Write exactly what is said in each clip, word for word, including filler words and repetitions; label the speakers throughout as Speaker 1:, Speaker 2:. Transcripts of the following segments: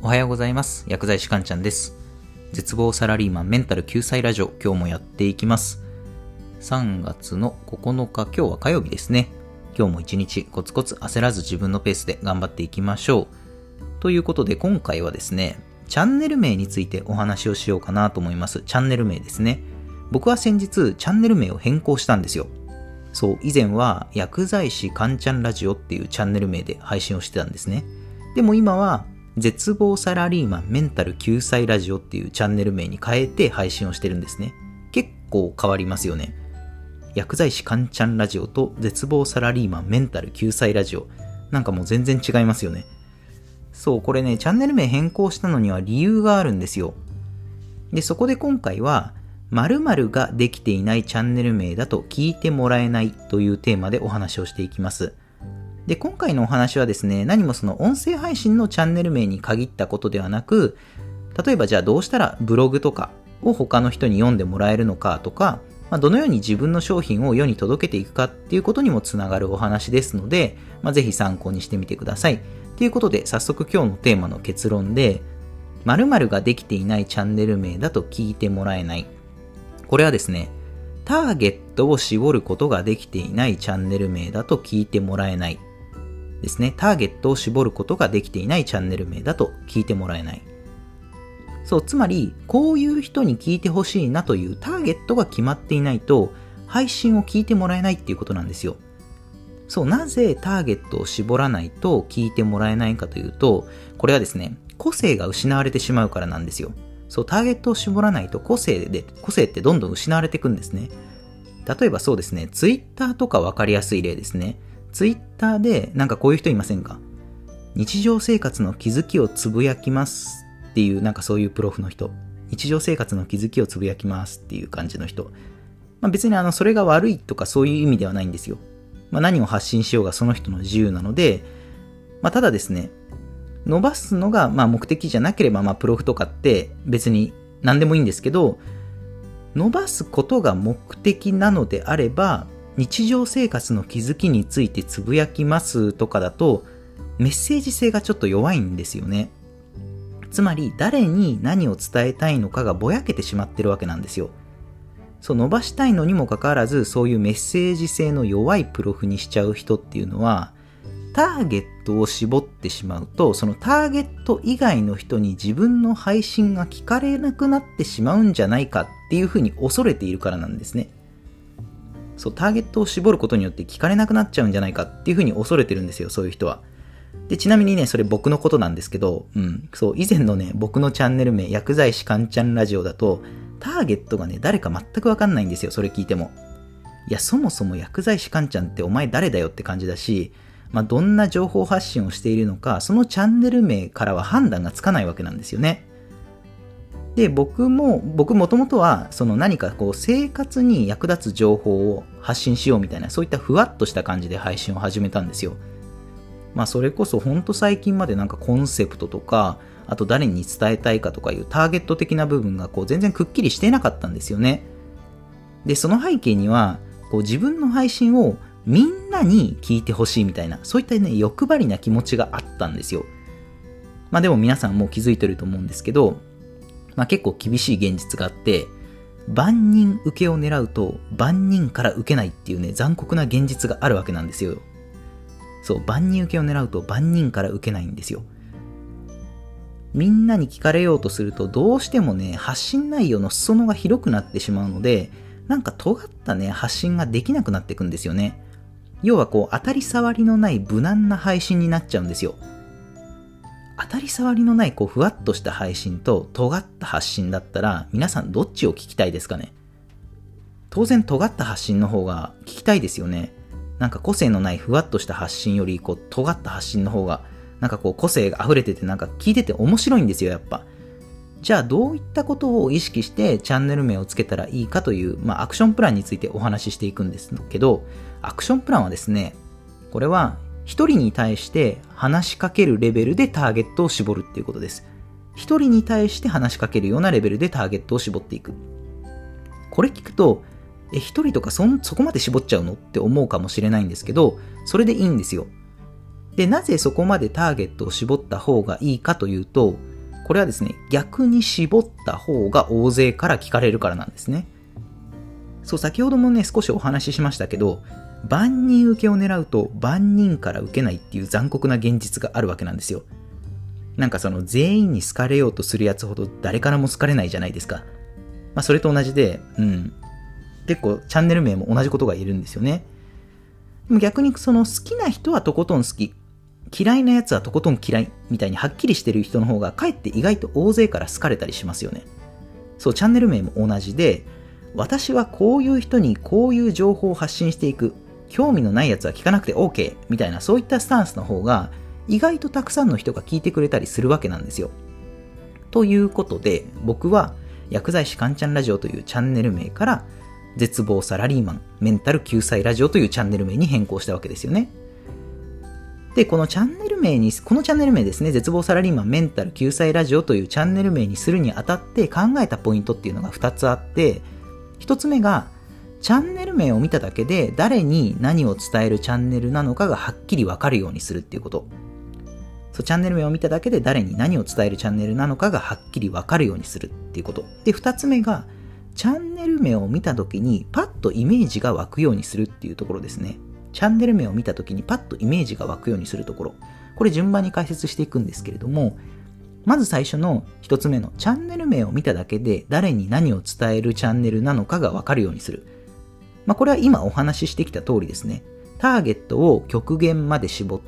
Speaker 1: おはようございます。薬剤師かんちゃんです。絶望サラリーマンメンタル救済ラジオ、今日もやっていきます。さんがつのここのか、今日は火曜日ですね。今日も一日コツコツ焦らず自分のペースで頑張っていきましょう。ということで今回はですね、チャンネル名についてお話をしようかなと思います。チャンネル名ですね。僕は先日チャンネル名を変更したんですよ。そう、以前は薬剤師かんちゃんラジオっていうチャンネル名で配信をしてたんですね。でも今は絶望サラリーマンメンタル救済ラジオっていうチャンネル名に変えて配信をしてるんですね。結構変わりますよね。薬剤師かんちゃんラジオと絶望サラリーマンメンタル救済ラジオ。なんかもう全然違いますよね。そう、これね、チャンネル名変更したのには理由があるんですよ。で、そこで今回は〇〇ができていないチャンネル名だと聞いてもらえないというテーマでお話をしていきます。で、今回のお話はですね、何もその音声配信のチャンネル名に限ったことではなく、例えばじゃあどうしたらブログとかを他の人に読んでもらえるのかとか、まあ、どのように自分の商品を世に届けていくかっていうことにもつながるお話ですので、まあ、ぜひ参考にしてみてください。ということで早速今日のテーマの結論で、〇〇ができていないチャンネル名だと聞いてもらえない。これはですね、ターゲットを絞ることができていないチャンネル名だと聞いてもらえないですね。ターゲットを絞ることができていないチャンネル名だと聞いてもらえない。そう、つまりこういう人に聞いてほしいなというターゲットが決まっていないと配信を聞いてもらえないっていうことなんですよ。そう、なぜターゲットを絞らないと聞いてもらえないかというと、これはですね、個性が失われてしまうからなんですよ。そう、ターゲットを絞らないと個性で、個性ってどんどん失われていくんですね。例えばそうですね、ツイッターとか分かりやすい例ですね。ツイッターでなんかこういう人いませんか？日常生活の気づきをつぶやきますっていう、なんかそういうプロフの人。日常生活の気づきをつぶやきますっていう感じの人。まあ、別にあのそれが悪いとかそういう意味ではないんですよ。まあ、何を発信しようがその人の自由なので、まあ、ただですね、伸ばすのがまあ目的じゃなければ、まあプロフとかって別に何でもいいんですけど、伸ばすことが目的なのであれば、日常生活の気づきについてつぶやきますとかだとメッセージ性がちょっと弱いんですよね。つまり誰に何を伝えたいのかがぼやけてしまってるわけなんですよ。そう、伸ばしたいのにもかかわらずそういうメッセージ性の弱いプロフにしちゃう人っていうのは、ターゲットを絞ってしまうと、そのターゲット以外の人に自分の配信が聞かれなくなってしまうんじゃないかっていうふうに恐れているからなんですね。そう、ターゲットを絞ることによって聞かれなくなっちゃうんじゃないかっていうふうに恐れてるんですよ、そういう人は。で、ちなみにね、それ僕のことなんですけど、うん、そう、以前のね、僕のチャンネル名、薬剤師かんちゃんラジオだと、ターゲットがね、誰か全くわかんないんですよ、それ聞いても。いや、そもそも薬剤師かんちゃんってお前誰だよって感じだし、まあ、どんな情報発信をしているのか、そのチャンネル名からは判断がつかないわけなんですよね。で、僕も、僕もともとは、その何かこう生活に役立つ情報を発信しようみたいな、そういったふわっとした感じで配信を始めたんですよ。まあそれこそほんと最近までなんかコンセプトとか、あと誰に伝えたいかとかいうターゲット的な部分がこう全然くっきりしていなかったんですよね。で、その背景には、こう自分の配信をみんなに聞いてほしいみたいな、そういったね、欲張りな気持ちがあったんですよ。まあでも皆さんもう気づいてると思うんですけど、まあ結構厳しい現実があって、万人受けを狙うと万人から受けないっていうね、残酷な現実があるわけなんですよ。そう、万人受けを狙うと万人から受けないんですよ。みんなに聞かれようとするとどうしてもね、発信内容の裾野が広くなってしまうので、なんか尖ったね、発信ができなくなっていくんですよね。要はこう当たり障りのない無難な配信になっちゃうんですよ。当たり障りのないこうふわっとした配信と尖った発信だったら、皆さんどっちを聞きたいですかね？当然尖った発信の方が聞きたいですよね。なんか個性のないふわっとした発信よりこう尖った発信の方がなんかこう個性が溢れてて、なんか聞いてて面白いんですよ、やっぱ。じゃあどういったことを意識してチャンネル名をつけたらいいかという、まあ、アクションプランについてお話ししていくんですけど、アクションプランはですね、これは一人に対して話しかけるレベルでターゲットを絞るっていうことです。一人に対して話しかけるようなレベルでターゲットを絞っていく。これ聞くと、え、一人とかそん、そこまで絞っちゃうのって思うかもしれないんですけど、それでいいんですよ。で、なぜそこまでターゲットを絞った方がいいかというと、 これはですね、逆に絞った方が大勢から聞かれるからなんですね。そう、先ほどもね、少しお話ししましたけど、万人受けを狙うと万人から受けないっていう残酷な現実があるわけなんですよ。なんかその全員に好かれようとするやつほど誰からも好かれないじゃないですか。まあそれと同じで、うん。結構チャンネル名も同じことが言えるんですよね。でも逆にその好きな人はとことん好き、嫌いなやつはとことん嫌いみたいにはっきりしてる人の方がかえって意外と大勢から好かれたりしますよね。そう、チャンネル名も同じで、私はこういう人にこういう情報を発信していく。興味のないやつは聞かなくて OK みたいな、そういったスタンスの方が意外とたくさんの人が聞いてくれたりするわけなんですよ。ということで、僕は薬剤師かんちゃんラジオというチャンネル名から絶望サラリーマンメンタル救済ラジオというチャンネル名に変更したわけですよね。で、このチャンネル名に、このチャンネル名ですね、絶望サラリーマンメンタル救済ラジオというチャンネル名にするにあたって考えたポイントっていうのがふたつあって、ひとつめが、チャンネル名を見ただけで誰に何を伝えるチャンネルなのかがはっきりわかるようにするっていうこと。そう、チャンネル名を見ただけで誰に何を伝えるチャンネルなのかがはっきりわかるようにするっていうこと。で、二つ目が、チャンネル名を見たときにパッとイメージが湧くようにするっていうところですね。チャンネル名を見たときにパッとイメージが湧くようにするところ。これ順番に解説していくんですけれども、まず最初の一つ目のチャンネル名を見ただけで誰に何を伝えるチャンネルなのかがわかるようにする。まあ、これは今お話ししてきた通りですね。ターゲットを極限まで絞って、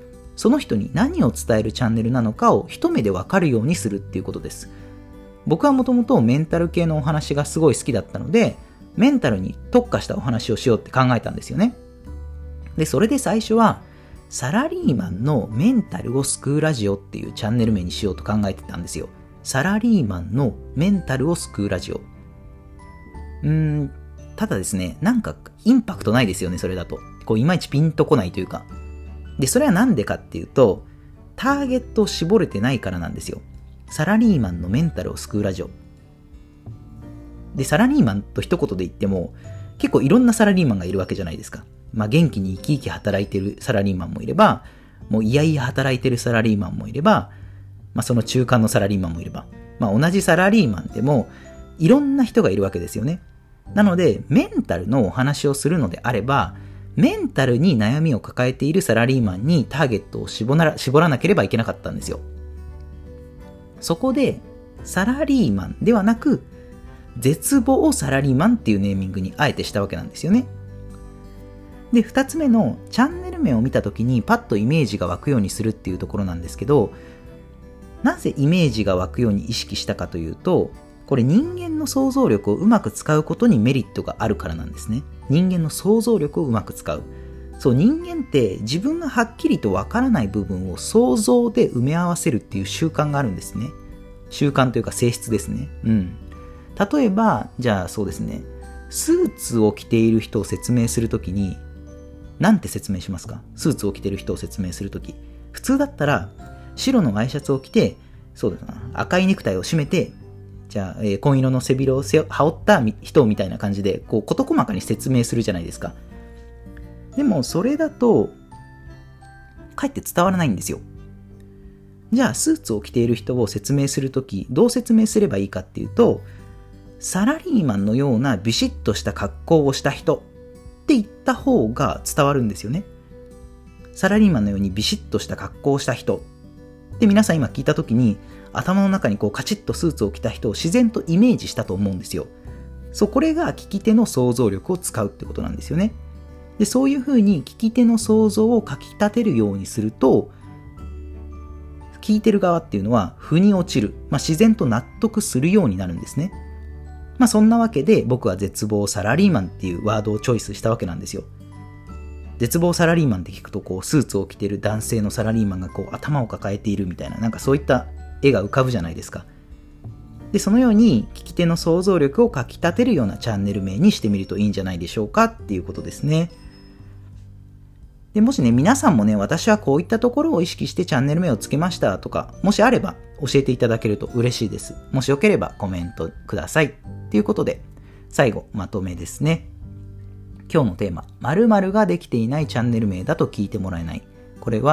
Speaker 1: その人に何を伝えるチャンネルなのかを一目でわかるようにするっていうことです。僕はもともとメンタル系のお話がすごい好きだったので、メンタルに特化したお話をしようって考えたんですよね。で、それで最初は、サラリーマンのメンタルを救うラジオっていうチャンネル名にしようと考えてたんですよ。サラリーマンのメンタルを救うラジオ。うーん、ただですね、なんかインパクトないですよね、それだと。こういまいちピンとこないというか。で、それはなんでかっていうと、ターゲットを絞れてないからなんですよ。サラリーマンのメンタルを救うラジオ。で、サラリーマンと一言で言っても、結構いろんなサラリーマンがいるわけじゃないですか。まあ元気に生き生き働いてるサラリーマンもいれば、もういやいや働いてるサラリーマンもいれば、まあその中間のサラリーマンもいれば、まあ同じサラリーマンでもいろんな人がいるわけですよね。なので、メンタルのお話をするのであれば、メンタルに悩みを抱えているサラリーマンにターゲットを絞ら、絞らなければいけなかったんですよ。そこで、サラリーマンではなく、絶望サラリーマンっていうネーミングにあえてしたわけなんですよね。で、二つ目のチャンネル名を見たときにパッとイメージが湧くようにするっていうところなんですけど、なぜイメージが湧くように意識したかというと、これ人間の想像力をうまく使うことにメリットがあるからなんですね。人間の想像力をうまく使う。そう、人間って自分がはっきりとわからない部分を想像で埋め合わせるっていう習慣があるんですね。習慣というか性質ですね。うん。例えば、じゃあそうですね、スーツを着ている人を説明するときに、なんて説明しますか？スーツを着ている人を説明するとき。普通だったら、白のワイシャツを着て、そうだな、赤いネクタイを締めて、じゃあ、えー、紺色の背広を羽織った人みたいな感じで、こう、事細かに説明するじゃないですか。でも、それだと、かえって伝わらないんですよ。じゃあ、スーツを着ている人を説明するとき、どう説明すればいいかっていうと、サラリーマンのようなビシッとした格好をした人って言った方が伝わるんですよね。サラリーマンのようにビシッとした格好をした人って皆さん今聞いたときに、頭の中にこうカチッとスーツを着た人を自然とイメージしたと思うんですよ。そう、これが聞き手の想像力を使うってことなんですよね。で、そういうふうに聞き手の想像をかき立てるようにすると、聞いてる側っていうのは腑に落ちる、まあ、自然と納得するようになるんですね。まあそんなわけで僕は絶望サラリーマンっていうワードをチョイスしたわけなんですよ。絶望サラリーマンって聞くとこうスーツを着ている男性のサラリーマンがこう頭を抱えているみたいな、なんかそういった絵が浮かぶじゃないですか。で、そのように聞き手の想像力をかき立てるようなチャンネル名にしてみるといいんじゃないでしょうかっていうことですね。で、もしね、皆さんもね、私はこういったところを意識してチャンネル名をつけましたとか、もしあれば教えていただけると嬉しいです。もしよければコメントください。ということで、最後、まとめですね。今日のテーマ、〇〇ができていないチャンネル名だと聞いてもらえない。これは、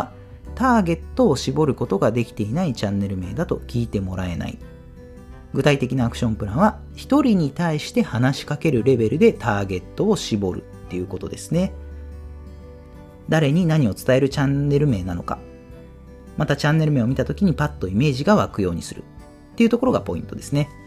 Speaker 1: ターゲットを絞ることができていないチャンネル名だと聞いてもらえない。具体的なアクションプランは、一人に対して話しかけるレベルでターゲットを絞るっていうことですね。誰に何を伝えるチャンネル名なのか、またチャンネル名を見たときにパッとイメージが湧くようにするっていうところがポイントですね。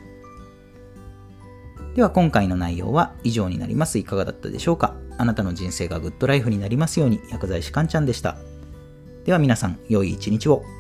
Speaker 1: では今回の内容は以上になります。いかがだったでしょうか。あなたの人生がグッドライフになりますように、薬剤師かんちゃんでした。では皆さん、良い一日を。